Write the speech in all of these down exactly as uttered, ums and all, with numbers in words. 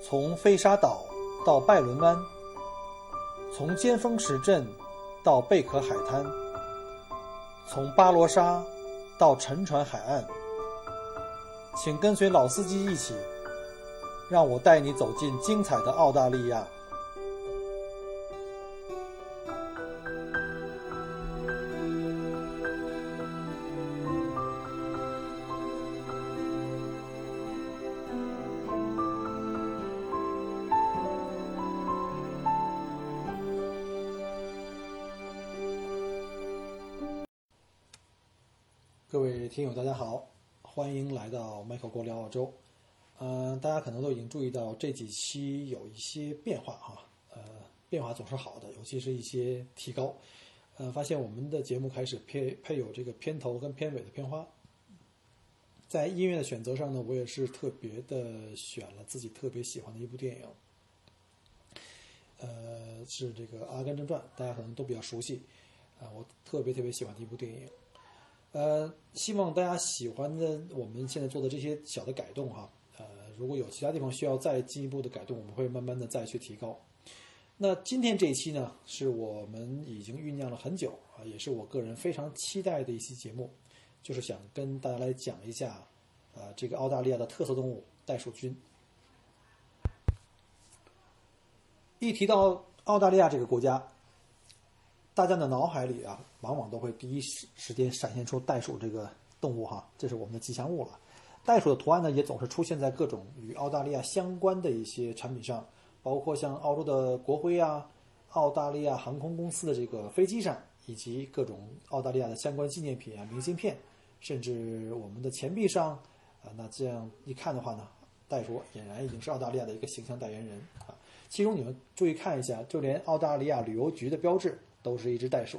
从飞沙岛到拜伦湾，从尖峰石镇到贝壳海滩，从巴罗沙到沉船海岸，请跟随老司机一起，让我带你走进精彩的澳大利亚。各位听友大家好，欢迎来到 Michael 国聊澳洲。嗯、呃，大家可能都已经注意到这几期有一些变化哈，呃，变化总是好的，尤其是一些提高。呃，发现我们的节目开始配配有这个片头跟片尾的片花。在音乐的选择上呢，我也是特别的选了自己特别喜欢的一部电影，呃，是这个《阿甘正传》，大家可能都比较熟悉啊、呃，我特别特别喜欢的一部电影。呃，希望大家喜欢的我们现在做的这些小的改动哈，呃，如果有其他地方需要再进一步的改动，我们会慢慢的再去提高。那今天这一期呢，是我们已经酝酿了很久啊，也是我个人非常期待的一期节目，就是想跟大家来讲一下，呃，这个澳大利亚的特色动物袋鼠菌。一提到澳大利亚这个国家，大家的脑海里啊，往往都会第一时间闪现出袋鼠这个动物哈，这是我们的吉祥物了。袋鼠的图案呢，也总是出现在各种与澳大利亚相关的一些产品上，包括像澳洲的国徽啊、澳大利亚航空公司的这个飞机上，以及各种澳大利亚的相关纪念品啊、明信片，甚至我们的钱币上啊。那这样一看的话呢，袋鼠俨然已经是澳大利亚的一个形象代言人啊。其中你们注意看一下，就连澳大利亚旅游局的标志都是一只袋鼠。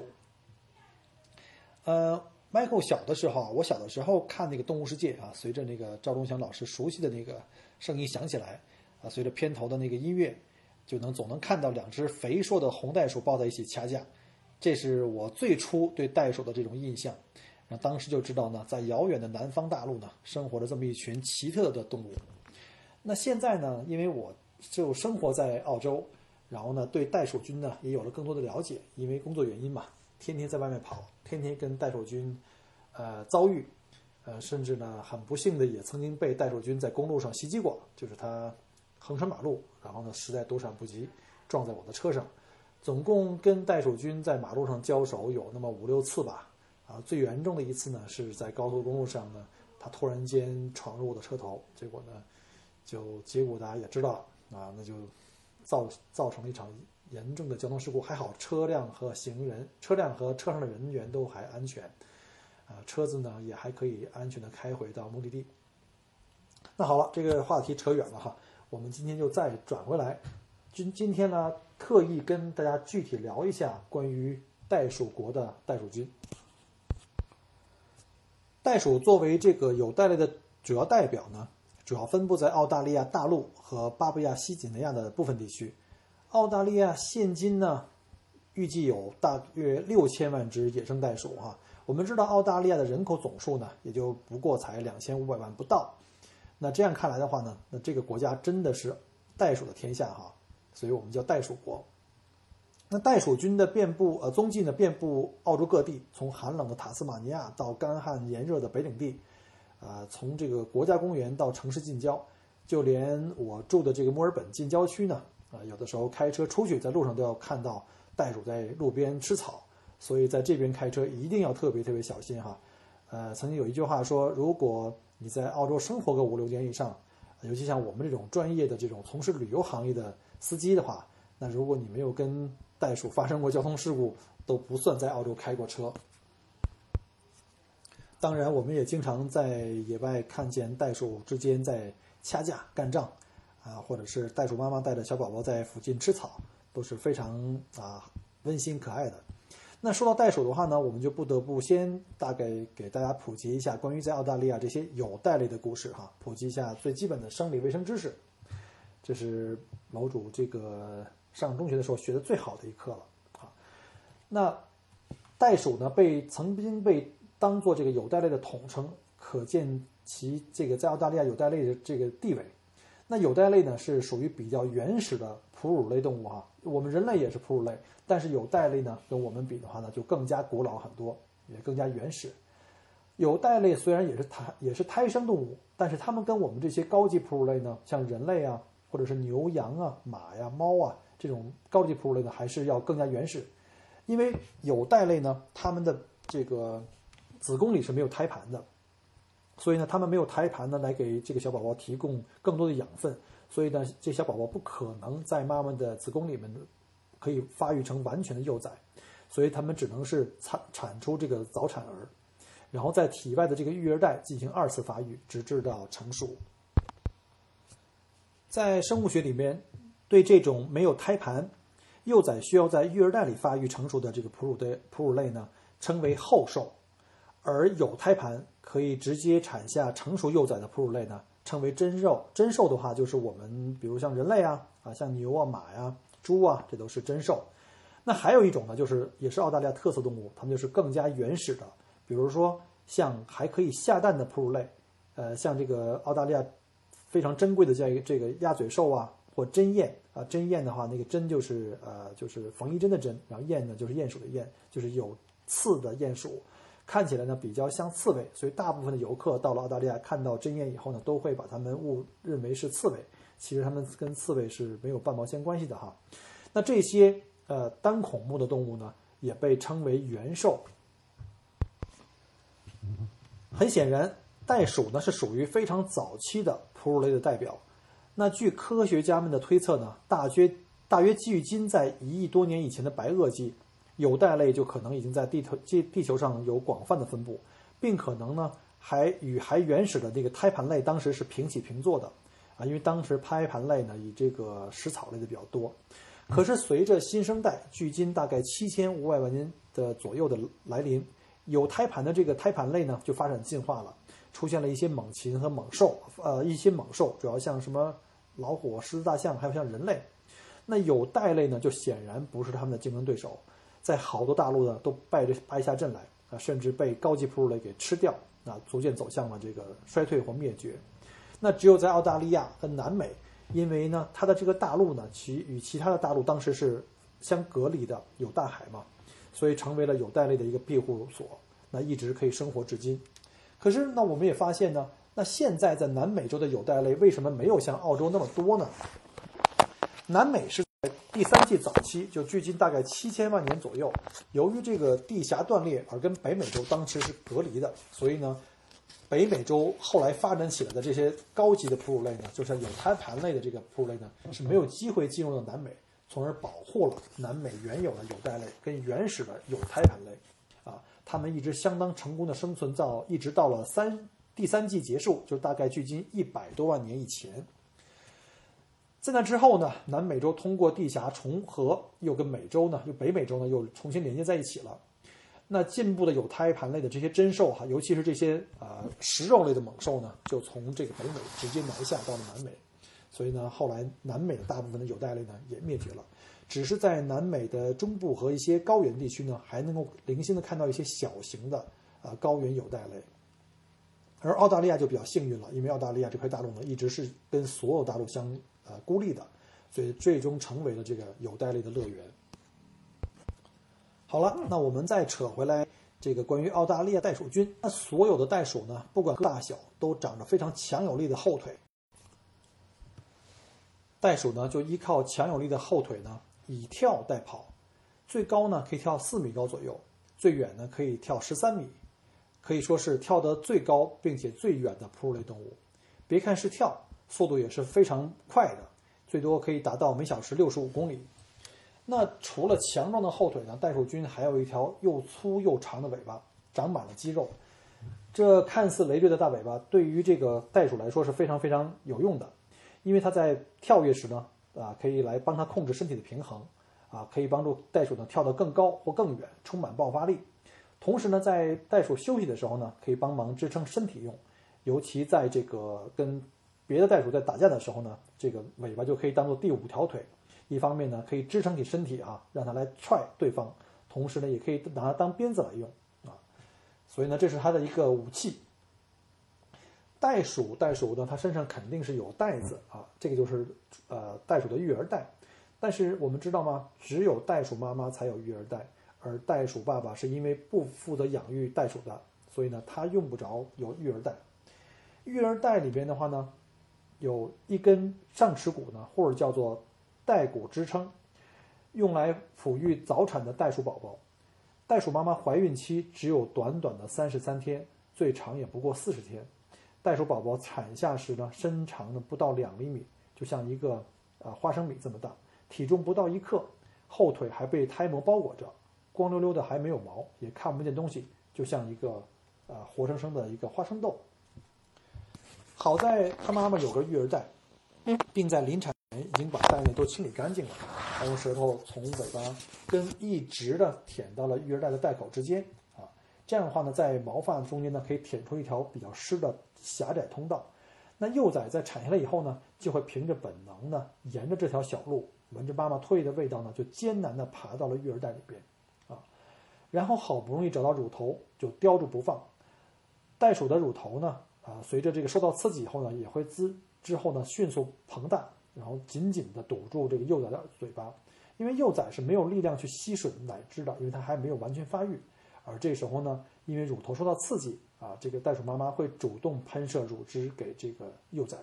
呃 ，Michael 小的时候，我小的时候看那个《动物世界》啊，随着那个赵忠祥老师熟悉的那个声音响起来啊，随着片头的那个音乐，就能总能看到两只肥硕的红袋鼠抱在一起掐架。这是我最初对袋鼠的这种印象。然后当时就知道呢，在遥远的南方大陆呢，生活着这么一群奇特的动物。那现在呢，因为我就生活在澳洲。然后呢，对袋鼠菌呢也有了更多的了解，因为工作原因嘛，天天在外面跑，天天跟袋鼠菌呃遭遇，呃，甚至呢很不幸的也曾经被袋鼠菌在公路上袭击过，就是它横穿马路，然后呢实在躲闪不及，撞在我的车上，总共跟袋鼠菌在马路上交手有那么五六次吧，啊，最严重的一次呢是在高速公路上呢，它突然间闯入我的车头，结果呢就结果大家也知道了啊，那就。造造成了一场严重的交通事故，还好车辆和行人、车辆和车上的人员都还安全，啊、呃，车子呢也还可以安全的开回到目的地。那好了，这个话题扯远了哈，我们今天就再转回来，今今天呢特意跟大家具体聊一下关于袋鼠国的袋鼠菌。袋鼠作为这个有袋类的主要代表呢。主要分布在澳大利亚大陆和巴布亚新几内亚的部分地区。澳大利亚现今呢，预计有大约六千万只野生袋鼠哈。我们知道澳大利亚的人口总数呢，也就不过才两千五百万不到。那这样看来的话呢，那这个国家真的是袋鼠的天下哈，所以我们叫袋鼠国。那袋鼠菌的遍布呃踪迹呢，遍布澳洲各地，从寒冷的塔斯马尼亚到干旱炎热的北领地。啊，从这个国家公园到城市近郊，就连我住的这个墨尔本近郊区呢，啊，有的时候开车出去，在路上都要看到袋鼠在路边吃草，所以在这边开车一定要特别特别小心哈。呃，曾经有一句话说，如果你在澳洲生活个五六年以上，尤其像我们这种专业的这种从事旅游行业的司机的话，那如果你没有跟袋鼠发生过交通事故，都不算在澳洲开过车。当然，我们也经常在野外看见袋鼠之间在掐架干仗，啊，或者是袋鼠妈妈带着小宝宝在附近吃草，都是非常啊温馨可爱的。那说到袋鼠的话呢，我们就不得不先大概给大家普及一下关于在澳大利亚这些有袋类的故事哈，普及一下最基本的生理卫生知识。这是楼主这个上中学的时候学的最好的一课了啊。那袋鼠呢，被曾经被当做这个有袋类的统称，可见其这个在澳大利亚有袋类的这个地位。 那有袋类呢是属于比较原始的哺乳类动物哈，我们人类也是哺乳类，但是有袋类呢跟我们比的话呢就更加古老很多，也更加原始。有袋类虽然也是胎也是胎生动物，但是它们跟我们这些高级哺乳类呢，像人类啊，或者是牛羊啊、马呀、猫啊这种高级哺乳类呢，还是要更加原始。因为有袋类呢，它们的这个子宫里是没有胎盘的，所以呢，它们没有胎盘呢，来给这个小宝宝提供更多的养分，所以呢，这小宝宝不可能在妈妈的子宫里面可以发育成完全的幼崽，所以它们只能是产产出这个早产儿，然后在体外的这个育儿袋进行二次发育，直至到成熟。在生物学里面，对这种没有胎盘、幼崽需要在育儿袋里发育成熟的这个哺乳类哺乳类呢，称为后受；而有胎盘可以直接产下成熟幼崽的哺乳类呢，称为真受。真受的话，就是我们比如像人类啊，啊像牛啊、马呀、猪啊，这都是真受。那还有一种呢，就是也是澳大利亚特色动物，它们就是更加原始的，比如说像还可以下蛋的哺乳类，呃，像这个澳大利亚非常珍贵的这个这个鸭嘴兽啊，或针鼹啊，针鼹的话，那个针就是呃就是缝衣针的针，然后鼹呢就是鼹鼠的鼹，就是有刺的鼹鼠，看起来呢比较像刺猬，所以大部分的游客到了澳大利亚看到针鼹以后呢，都会把它们误认为是刺猬，其实它们跟刺猬是没有半毛钱关系的哈。那这些呃单孔目的动物呢，也被称为原兽。很显然，袋鼠呢是属于非常早期的哺乳类的代表。那据科学家们的推测呢，大约大约距今在一亿多年以前的白垩纪，有袋类就可能已经在地头地地球上有广泛的分布，并可能呢还与还原始的那个胎盘类当时是平起平坐的啊，因为当时胎盘类呢以这个食草类的比较多。可是随着新生代距今大概七千五百万年的左右的来临，有胎盘的这个胎盘类呢就发展进化了，出现了一些猛禽和猛兽，呃，一些猛兽主要像什么老虎、狮子、大象，还有像人类。那有袋类呢，就显然不是他们的竞争对手，在好多大陆呢都败着败下阵来啊，甚至被高级哺乳类给吃掉啊，逐渐走向了这个衰退或灭绝。那只有在澳大利亚和南美，因为呢它的这个大陆呢，其与其他的大陆当时是相隔离的，有大海嘛，所以成为了有袋类的一个庇护所，那一直可以生活至今。可是那我们也发现呢，那现在在南美洲的有袋类为什么没有像澳洲那么多呢？南美是在第三纪早期，就距今大概七千万年左右，由于这个地峡断裂而跟北美洲当时是隔离的，所以呢，北美洲后来发展起来的这些高级的哺乳类呢，就像有胎盘类的这个哺乳类呢，是没有机会进入到南美，从而保护了南美原有的有袋类跟原始的有胎盘类啊，它们一直相当成功的生存到一直到了三第三纪结束，就大概距今一百多万年以前。在那之后呢，南美洲通过地峡重合，又跟美洲呢，又北美洲呢，又重新连接在一起了。那进步的有胎盘类的这些真兽哈，尤其是这些啊、呃、食肉类的猛兽呢，就从这个北美直接南下到了南美。所以呢，后来南美的大部分的有袋类呢也灭绝了，只是在南美的中部和一些高原地区呢，还能够零星的看到一些小型的啊、呃、高原有袋类。而澳大利亚就比较幸运了，因为澳大利亚这块大陆呢一直是跟所有大陆相呃孤立的，所以最终成为了这个有袋类的乐园。好了，那我们再扯回来这个关于澳大利亚袋鼠菌，那所有的袋鼠呢，不管大小，都长着非常强有力的后腿。袋鼠呢就依靠强有力的后腿呢，以跳代跑，最高呢可以跳四米高左右，最远呢可以跳十三米。可以说是跳得最高并且最远的哺乳类动物。别看是跳，速度也是非常快的，最多可以达到每小时六十五公里。那除了强壮的后腿呢，袋鼠菌还有一条又粗又长的尾巴，长满了肌肉。这看似累赘的大尾巴，对于这个袋鼠来说是非常非常有用的，因为它在跳跃时呢，啊，可以来帮它控制身体的平衡，啊，可以帮助袋鼠呢跳得更高或更远，充满爆发力。同时呢，在袋鼠休息的时候呢，可以帮忙支撑身体用，尤其在这个跟别的袋鼠在打架的时候呢，这个尾巴就可以当做第五条腿，一方面呢可以支撑起身体啊，让它来踹对方，同时呢也可以拿它当鞭子来用啊，所以呢这是它的一个武器。 袋鼠，袋鼠呢，它身上肯定是有袋子啊，这个就是呃袋鼠的育儿袋。但是我们知道吗？只有袋鼠妈妈才有育儿袋，而袋鼠爸爸是因为不负责养育袋鼠的，所以呢，他用不着有育儿袋。育儿袋里边的话呢，有一根上齿骨呢，或者叫做袋骨支撑，用来抚育早产的袋鼠宝宝。袋鼠妈妈怀孕期只有短短的三十三天，最长也不过四十天。袋鼠宝宝产下时呢，身长呢不到两厘米，就像一个啊、呃、花生米这么大，体重不到一克，后腿还被胎膜包裹着，光溜溜的，还没有毛，也看不见东西，就像一个啊、呃、活生生的一个花生豆。好在他妈妈有个育儿袋，并在临产前已经把袋内都清理干净了，还用舌头从尾巴根一直的舔到了育儿袋的袋口之间啊，这样的话呢，在毛发中间呢，可以舔出一条比较湿的狭窄通道。那幼崽在产下来以后呢，就会凭着本能呢，沿着这条小路，闻着妈妈唾液的味道呢，就艰难的爬到了育儿袋里边啊，然后好不容易找到乳头，就叼住不放。袋鼠的乳头呢，啊，随着这个受到刺激以后呢，也会滋之后呢迅速膨大，然后紧紧的堵住这个幼崽的嘴巴，因为幼崽是没有力量去吸吮奶汁的，因为它还没有完全发育。而这时候呢，因为乳头受到刺激啊，这个袋鼠妈妈会主动喷射乳汁给这个幼崽。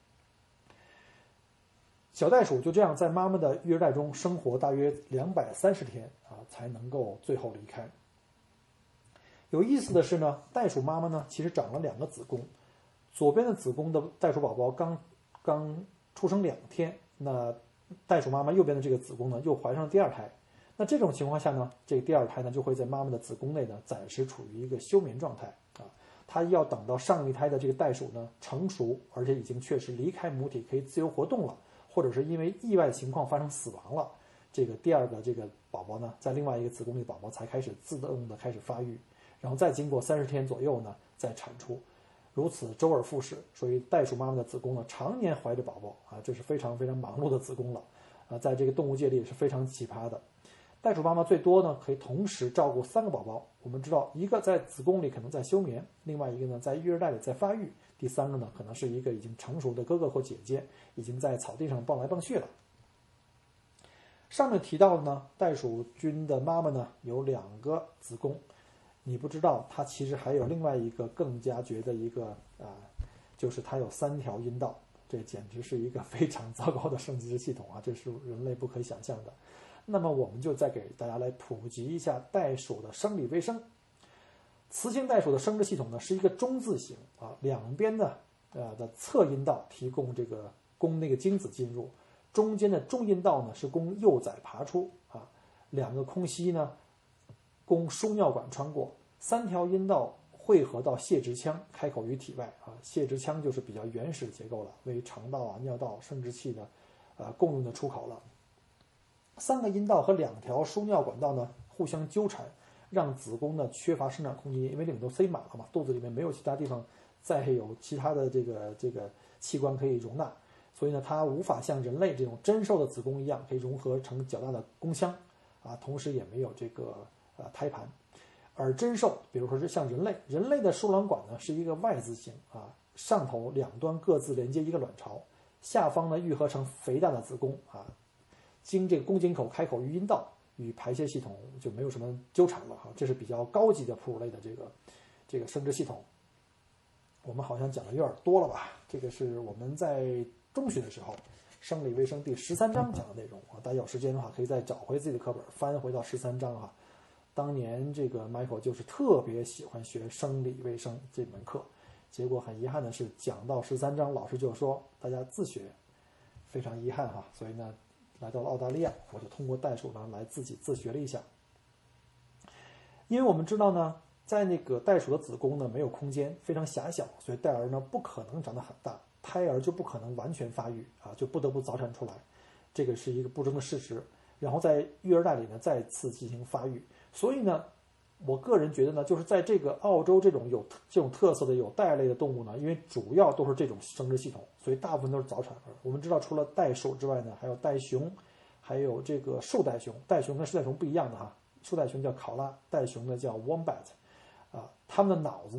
小袋鼠就这样在妈妈的育儿袋中生活大约两百三十天啊，才能够最后离开。有意思的是呢，袋鼠妈妈呢其实长了两个子宫，左边的子宫的袋鼠宝宝刚刚出生两天，那袋鼠妈妈右边的这个子宫呢又怀上了第二胎。那这种情况下呢，这个第二胎呢就会在妈妈的子宫内呢暂时处于一个休眠状态啊，它要等到上一胎的这个袋鼠呢成熟，而且已经确实离开母体可以自由活动了，或者是因为意外情况发生死亡了，这个第二个这个宝宝呢在另外一个子宫里的宝宝才开始自动的开始发育，然后再经过三十天左右呢再产出，如此周而复始。所以袋鼠妈妈的子宫呢常年怀着宝宝啊，这是非常非常忙碌的子宫了啊，在这个动物界里也是非常奇葩的。袋鼠妈妈最多呢可以同时照顾三个宝宝，我们知道一个在子宫里可能在休眠，另外一个呢在育儿袋里在发育，第三个呢可能是一个已经成熟的哥哥或姐姐，已经在草地上蹦来蹦去了。上面提到的呢，袋鼠君的妈妈呢有两个子宫，你不知道它其实还有另外一个更加绝的一个啊、呃，就是它有三条阴道，这简直是一个非常糟糕的生殖系统啊，这是人类不可想象的。那么我们就再给大家来普及一下袋鼠的生理卫生。雌性袋鼠的生殖系统呢是一个中字形啊，两边呢呃的侧阴道提供这个供那个精子进入，中间的中阴道呢是供幼崽爬出啊，两个空隙呢供输尿管穿过，三条阴道汇合到泄殖腔，开口于体外啊。泄殖腔就是比较原始的结构了，为肠道啊、尿道、生殖器的呃共用的出口了。三个阴道和两条输尿管道呢互相纠缠，让子宫呢缺乏生长空间，因为里面都塞满了嘛，肚子里面没有其他地方再有其他的这个这个器官可以容纳，所以呢它无法像人类这种真兽的子宫一样可以融合成较大的宫腔啊，同时也没有这个呃胎盘。而真兽比如说是像人类，人类的输卵管呢是一个 Y 字形啊，上头两端各自连接一个卵巢，下方呢愈合成肥大的子宫啊，经这个宫颈口开口于阴道，与排泄系统就没有什么纠缠了哈，这是比较高级的哺乳类的这个这个生殖系统。我们好像讲的有点多了吧？这个是我们在中学的时候生理卫生第十三章讲的内容啊，大家有时间的话可以再找回自己的课本，翻回到十三章哈。当年这个 Michael 就是特别喜欢学生理卫生这门课，结果很遗憾的是讲到十三章，老师就说大家自学，非常遗憾哈。所以呢，来到了澳大利亚，我就通过袋鼠呢来自己自学了一下。因为我们知道呢，在那个袋鼠的子宫呢没有空间，非常狭小，所以袋儿呢不可能长得很大，胎儿就不可能完全发育啊，就不得不早产出来，这个是一个不争的事实。然后在育儿袋里呢再次进行发育。所以呢，我个人觉得呢，就是在这个澳洲这种有这种特色的有袋类的动物呢，因为主要都是这种生殖系统，所以大部分都是早产儿。我们知道，除了袋鼠之外呢，还有袋熊，还有这个树袋熊。袋熊跟树袋熊不一样的哈，树袋熊叫考拉，袋熊呢叫 wombat， 啊，它们的脑子呢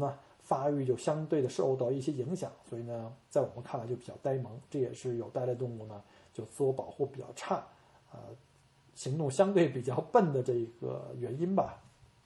发育就相对的受到一些影响，所以呢，在我们看来就比较呆萌，这也是有袋类动物呢就自我保护比较差，呃，行动相对比较笨的这个原因吧。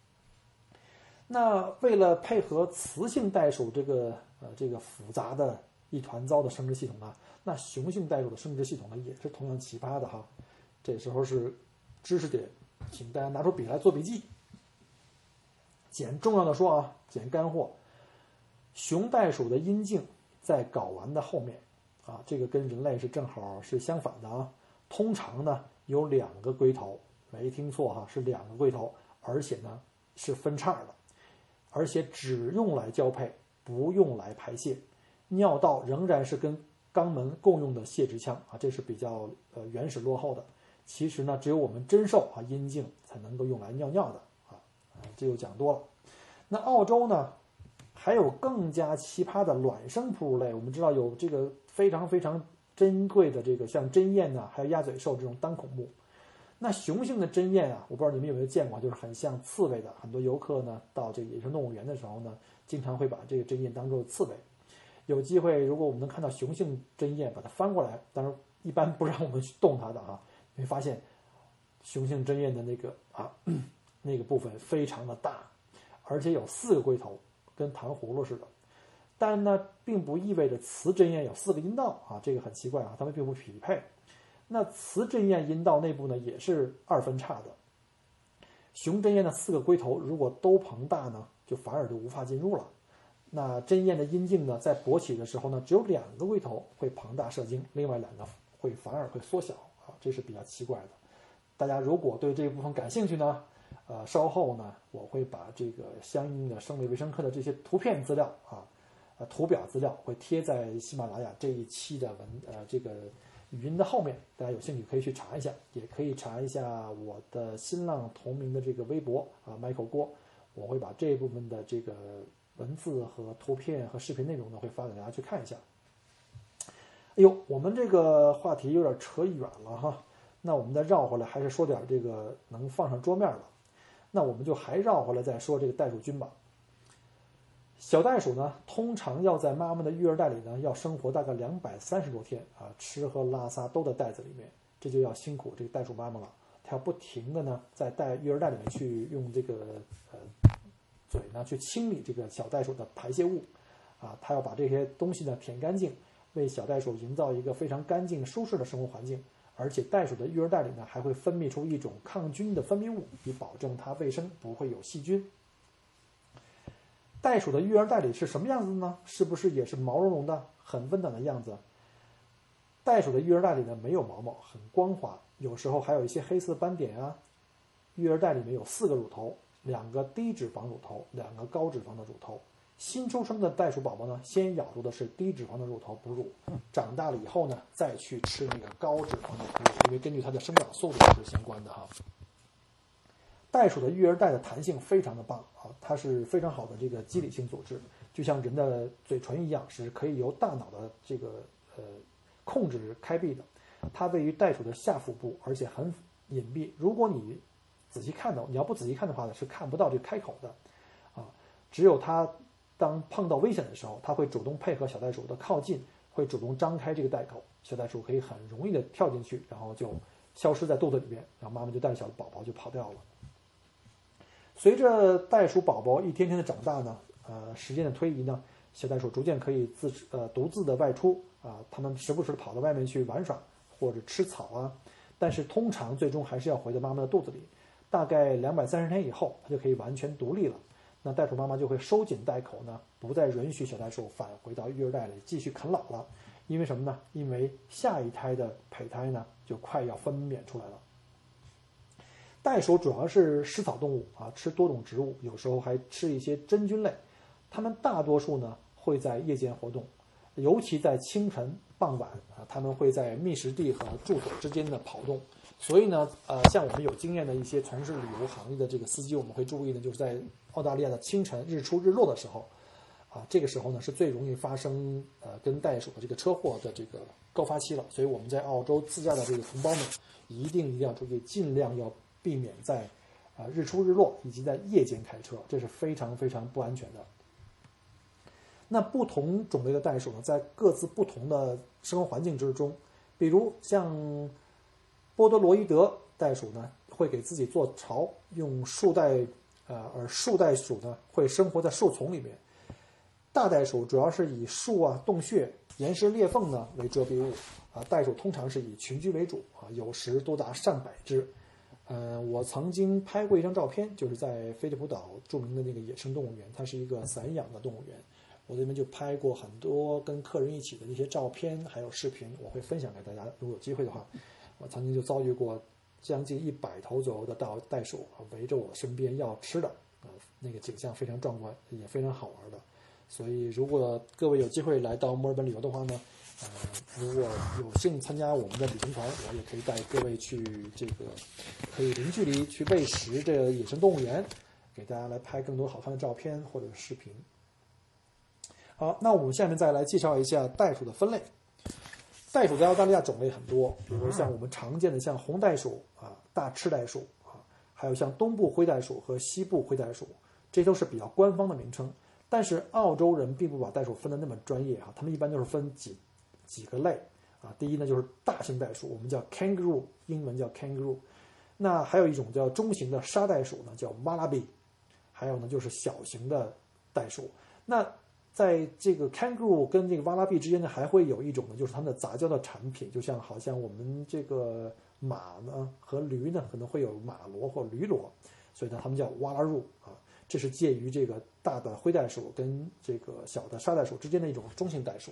那为了配合雌性袋鼠这个呃这个复杂的一团糟的生殖系统呢，那雄性袋鼠的生殖系统呢也是同样奇葩的哈。这时候是知识点，请大家拿出笔来做笔记。捡重要的说啊，捡干货。雄袋鼠的阴茎在睾丸的后面啊，这个跟人类是正好是相反的啊。通常呢有两个龟头，没听错哈，是两个龟头，而且呢是分叉的，而且只用来交配，不用来排泄。尿道仍然是跟肛门共用的泄殖腔啊，这是比较呃原始落后的。其实呢，只有我们真兽啊阴茎才能够用来尿尿的啊，这就讲多了。那澳洲呢？还有更加奇葩的卵生哺乳类，我们知道有这个非常非常珍贵的这个像针鼹呐、啊，还有鸭嘴兽这种单孔目。那雄性的针鼹啊，我不知道你们有没有见过，就是很像刺猬的。很多游客呢到这个野生动物园的时候呢，经常会把这个针鼹当做刺猬。有机会，如果我们能看到雄性针鼹，把它翻过来，当然一般不让我们去动它的啊，你会发现雄性针鼹的那个啊那个部分非常的大，而且有四个龟头。跟糖葫芦似的，但呢，并不意味着雌针鼹有四个阴道啊，这个很奇怪啊，它们并不匹配。那雌针鼹阴道内部呢，也是二分叉的。雄针鼹的四个龟头如果都膨大呢，就反而就无法进入了。那针鼹的阴茎呢，在勃起的时候呢，只有两个龟头会膨大射精，另外两个会反而会缩小啊，这是比较奇怪的。大家如果对这一部分感兴趣呢？呃，稍后呢，我会把这个相应的生理卫生科的这些图片资料啊，呃，图表资料会贴在喜马拉雅这一期的文呃这个语音的后面，大家有兴趣可以去查一下，也可以查一下我的新浪同名的这个微博啊 ，Michael 郭，我会把这一部分的这个文字和图片和视频内容呢，会发给大家去看一下。哎呦，我们这个话题有点扯远了哈，那我们再绕回来，还是说点这个能放上桌面的。那我们就还绕回来再说这个袋鼠菌吧。小袋鼠呢，通常要在妈妈的育儿袋里呢，要生活大概两百三十多天啊，吃喝拉撒都在袋子里面，这就要辛苦这个袋鼠妈妈了。它要不停的呢，在袋育儿袋里面去用这个呃嘴呢去清理这个小袋鼠的排泄物啊，它要把这些东西呢舔干净，为小袋鼠营造一个非常干净舒适的生活环境。而且袋鼠的育儿袋里呢，还会分泌出一种抗菌的分泌物，以保证它卫生不会有细菌。袋鼠的育儿袋里是什么样子呢？是不是也是毛茸茸的、很温暖的样子？袋鼠的育儿袋里呢没有毛毛，很光滑，有时候还有一些黑色斑点啊。育儿袋里面有四个乳头，两个低脂肪乳头，两个高脂肪的乳头。新出生的袋鼠宝宝呢，先咬住的是低脂肪的乳头哺乳，长大了以后呢，再去吃那个高脂肪的哺乳，因为根据它的生长速度是相关的哈。袋鼠的育儿袋的弹性非常的棒啊，它是非常好的这个肌理性组织，就像人的嘴唇一样，是可以由大脑的这个呃控制开闭的。它位于袋鼠的下腹部，而且很隐蔽。如果你仔细看到，你要不仔细看的话呢，是看不到这个开口的啊，只有它。当碰到危险的时候，它会主动配合小袋鼠的靠近，会主动张开这个袋口，小袋鼠可以很容易的跳进去，然后就消失在肚子里面，然后妈妈就带着小宝宝就跑掉了。随着袋鼠宝宝一天天的长大呢，呃，时间的推移呢，小袋鼠逐渐可以自呃独自的外出啊，它们时不时的跑到外面去玩耍或者吃草啊，但是通常最终还是要回到妈妈的肚子里，大概两百三十天以后，它就可以完全独立了。那袋鼠妈妈就会收紧袋口呢，不再允许小袋鼠返回到育儿袋里继续啃老了。因为什么呢？因为下一胎的胚胎呢就快要分娩出来了。袋鼠主要是食草动物啊，吃多种植物，有时候还吃一些真菌类。它们大多数呢会在夜间活动，尤其在清晨、傍晚啊，它们会在觅食地和住所之间的跑动。所以呢，呃，像我们有经验的一些从事旅游行业的这个司机，我们会注意呢，就是在澳大利亚的清晨日出日落的时候，啊，这个时候呢是最容易发生呃跟袋鼠的这个车祸的这个高发期了。所以我们在澳洲自驾的这个同胞们，一定一定要注意，尽量要避免在啊日出日落以及在夜间开车，这是非常非常不安全的。 那不同种类的袋鼠呢，在各自不同的生活环境之中，比如像波多罗伊德袋鼠呢，会给自己做巢，用树袋，呃，而树袋鼠呢会生活在树丛里面。大袋鼠主要是以树啊、洞穴、岩石裂缝呢为遮蔽物啊。袋鼠通常是以群居为主啊，有时多达上百只。呃，我曾经拍过一张照片，就是在菲利普岛著名的那个野生动物园，它是一个散养的动物园。我这边就拍过很多跟客人一起的一些照片，还有视频，我会分享给大家。如果有机会的话，我曾经就遭遇过将近一百头左右的大袋鼠围着我身边要吃的啊，那个景象非常壮观，也非常好玩的。所以，如果各位有机会来到墨尔本旅游的话呢，呃，如果有幸参加我们的旅行团，我也可以带各位去这个可以零距离去喂食这个野生动物园，给大家来拍更多好看的照片或者视频。好，那我们下面再来介绍一下袋鼠的分类。袋鼠在澳大利亚种类很多，比如像我们常见的像红袋鼠啊、大赤袋鼠啊，还有像东部灰袋鼠和西部灰袋鼠，这都是比较官方的名称。但是澳洲人并不把袋鼠分得那么专业啊，他们一般都是分几几个类啊。第一呢就是大型袋鼠，我们叫 kangaroo， 英文叫 kangaroo。那还有一种叫中型的沙袋鼠呢，叫 wallaby。还有呢就是小型的袋鼠。那在这个 kangaroo 跟这个 wallaby 之间呢，还会有一种呢，就是它们的杂交的产品，就像好像我们这个马呢和驴呢可能会有马骡或驴骡，所以呢它们叫 wallaroo 啊。这是介于这个大的灰袋鼠跟这个小的沙袋鼠之间的一种中型袋鼠。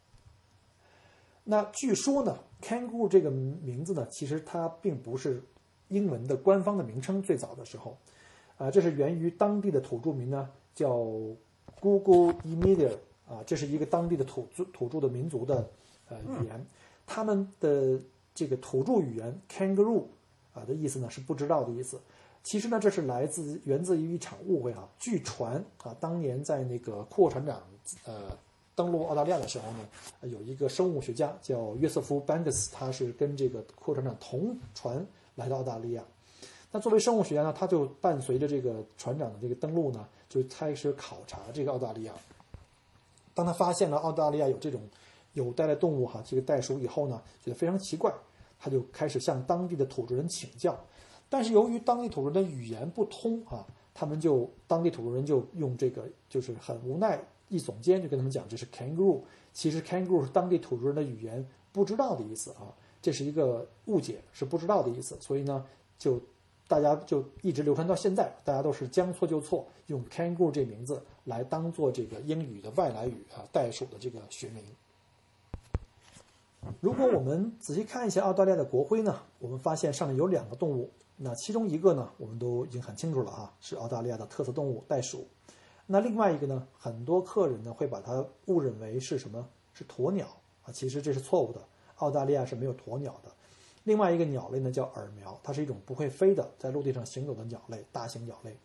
那据说呢 kangaroo 这个名字呢，其实它并不是英文的官方的名称，最早的时候啊，这是源于当地的土著民呢叫Google Inuit 啊，这是一个当地的土土著的民族的呃语言，他们的这个土著语言 kangaroo 啊的意思呢是不知道的意思。其实呢，这是来自源自于一场误会啊。据传啊，当年在那个库尔船长呃登陆澳大利亚的时候呢，有一个生物学家叫约瑟夫·班克斯，他是跟这个库尔船长同船来到澳大利亚。那作为生物学家呢，他就伴随着这个船长的这个登陆呢，就开始考察这个澳大利亚。当他发现了澳大利亚有这种有袋类动物哈，这个袋鼠以后呢，觉得非常奇怪，他就开始向当地的土著人请教。但是由于当地土著人的语言不通啊，他们就当地土著人就用这个就是很无奈，一耸肩就跟他们讲这是 kangaroo。其实 kangaroo 是当地土著人的语言不知道的意思啊，这是一个误解，是不知道的意思。所以呢，就大家就一直流传到现在，大家都是将错就错，用 kangaroo 这名字来当做这个英语的外来语啊，袋鼠的这个学名。如果我们仔细看一下澳大利亚的国徽呢，我们发现上面有两个动物，那其中一个呢，我们都已经很清楚了啊，是澳大利亚的特色动物袋鼠。那另外一个呢，很多客人呢会把它误认为是什么？是鸵鸟啊，其实这是错误的，澳大利亚是没有鸵鸟的。另外一个鸟类呢叫耳苗，它是一种不会飞的，在陆地上行走的鸟类，大型鸟类。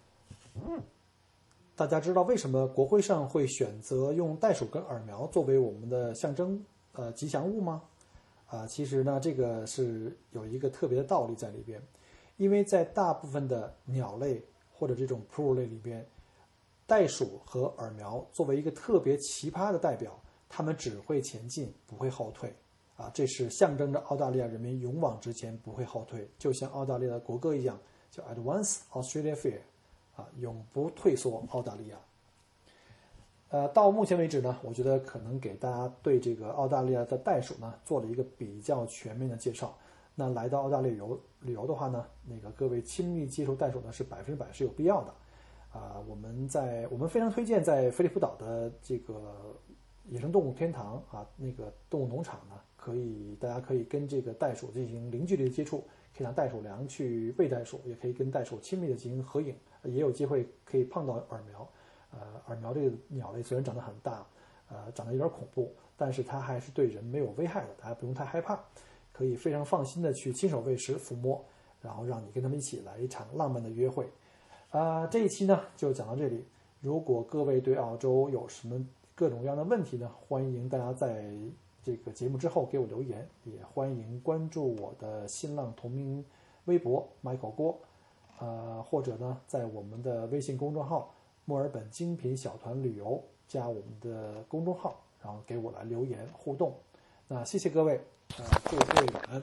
大家知道为什么国徽上会选择用袋鼠跟耳苗作为我们的象征呃吉祥物吗？啊，其实呢，这个是有一个特别的道理在里边，因为在大部分的鸟类或者这种哺乳类里边，袋鼠和耳苗作为一个特别奇葩的代表，它们只会前进，不会后退。啊，这是象征着澳大利亚人民勇往直前，不会后退，就像澳大利亚的国歌一样，叫 Advance Australia Fair， 啊，永不退缩澳大利亚。呃，到目前为止呢，我觉得可能给大家对这个澳大利亚的袋鼠呢做了一个比较全面的介绍。那来到澳大利亚旅游旅游的话呢，那个各位亲密接触袋鼠呢是百分之百是有必要的。啊，我们在我们非常推荐在菲利普岛的这个野生动物天堂啊，那个动物农场呢，可以大家可以跟这个袋鼠进行零距离的接触，可以拿袋鼠粮去喂袋鼠，也可以跟袋鼠亲密的进行合影，也有机会可以碰到耳苗。呃，耳苗这个鸟类虽然长得很大，呃，长得有点恐怖，但是它还是对人没有危害的，大家不用太害怕，可以非常放心的去亲手喂食、抚摸，然后让你跟他们一起来一场浪漫的约会。啊、呃，这一期呢就讲到这里。如果各位对澳洲有什么各种各样的问题呢，欢迎大家在这个节目之后给我留言，也欢迎关注我的新浪同名微博 Michael 郭，呃，或者呢在我们的微信公众号墨尔本精品小团旅游，加我们的公众号，然后给我来留言互动。那谢谢各位，呃，祝各位晚安。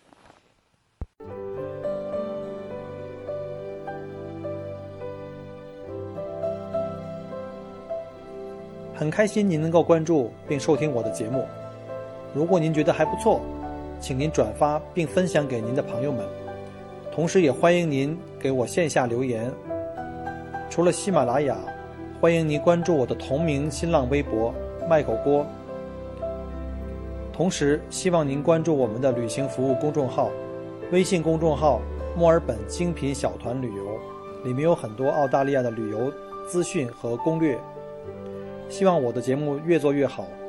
很开心您能够关注并收听我的节目，如果您觉得还不错，请您转发并分享给您的朋友们，同时也欢迎您给我线下留言。除了喜马拉雅，欢迎您关注我的同名新浪微博麦狗锅，同时希望您关注我们的旅行服务公众号，微信公众号墨尔本精品小团旅游，里面有很多澳大利亚的旅游资讯和攻略。希望我的节目越做越好，